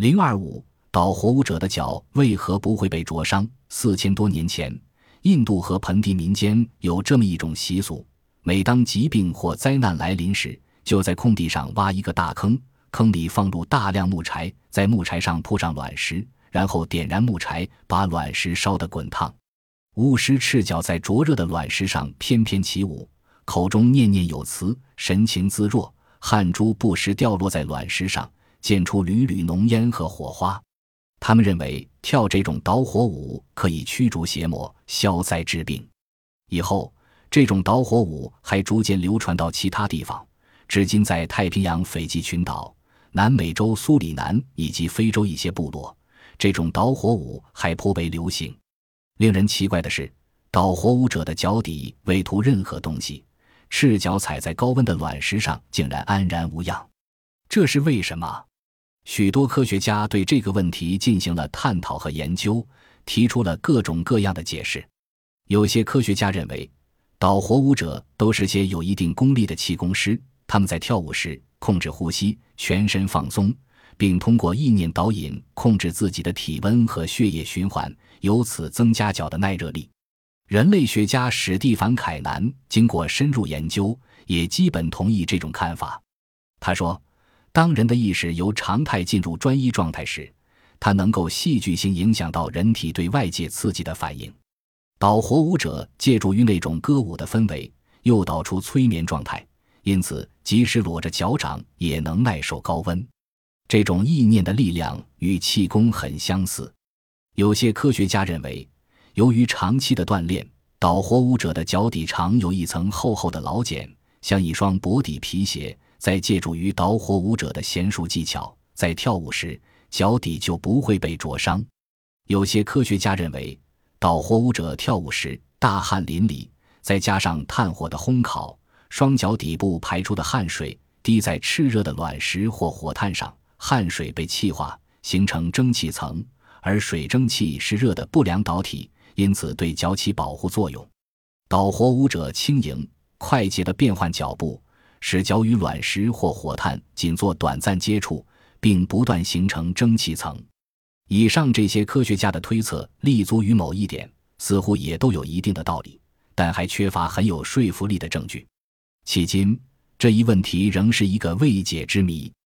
025捣活舞者的脚为何不会被灼伤？4000多年前，印度和盆地民间有这么一种习俗，每当疾病或灾难来临时，就在空地上挖一个大坑，坑里放入大量木柴，在木柴上铺上卵石，然后点燃木柴，把卵石烧得滚烫。巫师赤脚在灼热的卵石上翩翩起舞，口中念念有词，神情自若，汗珠不时掉落在卵石上，溅出缕缕浓烟和火花。他们认为跳这种捣火舞可以驱逐邪魔，消灾治病。以后这种捣火舞还逐渐流传到其他地方，至今在太平洋斐济群岛、南美洲苏里南以及非洲一些部落，这种捣火舞还颇为流行。令人奇怪的是，捣火舞者的脚底未涂任何东西，赤脚踩在高温的卵石上竟然安然无恙，这是为什么？许多科学家对这个问题进行了探讨和研究，提出了各种各样的解释。有些科学家认为，捣火舞者都是些有一定功力的气功师，他们在跳舞时控制呼吸，全身放松，并通过意念导引控制自己的体温和血液循环，由此增加脚的耐热力。人类学家史蒂凡·凯南经过深入研究，也基本同意这种看法。他说，当人的意识由常态进入专一状态时，它能够戏剧性影响到人体对外界刺激的反应。捣火舞者借助于那种歌舞的氛围，诱导出催眠状态，因此即使裸着脚掌也能耐受高温。这种意念的力量与气功很相似。有些科学家认为，由于长期的锻炼，捣火舞者的脚底常有一层厚厚的老茧，像一双薄底皮鞋，再借助于捣火舞者的娴熟技巧，在跳舞时脚底就不会被灼伤。有些科学家认为，捣火舞者跳舞时大汗淋漓，再加上炭火的烘烤，双脚底部排出的汗水滴在炽热的卵石或火炭上，汗水被气化，形成蒸汽层，而水蒸气是热的不良导体，因此对脚起保护作用。捣火舞者轻盈快捷地变换脚步，使脚与卵石或火炭仅做短暂接触，并不断形成蒸汽层。以上这些科学家的推测立足于某一点，似乎也都有一定的道理，但还缺乏很有说服力的证据。迄今，这一问题仍是一个未解之谜。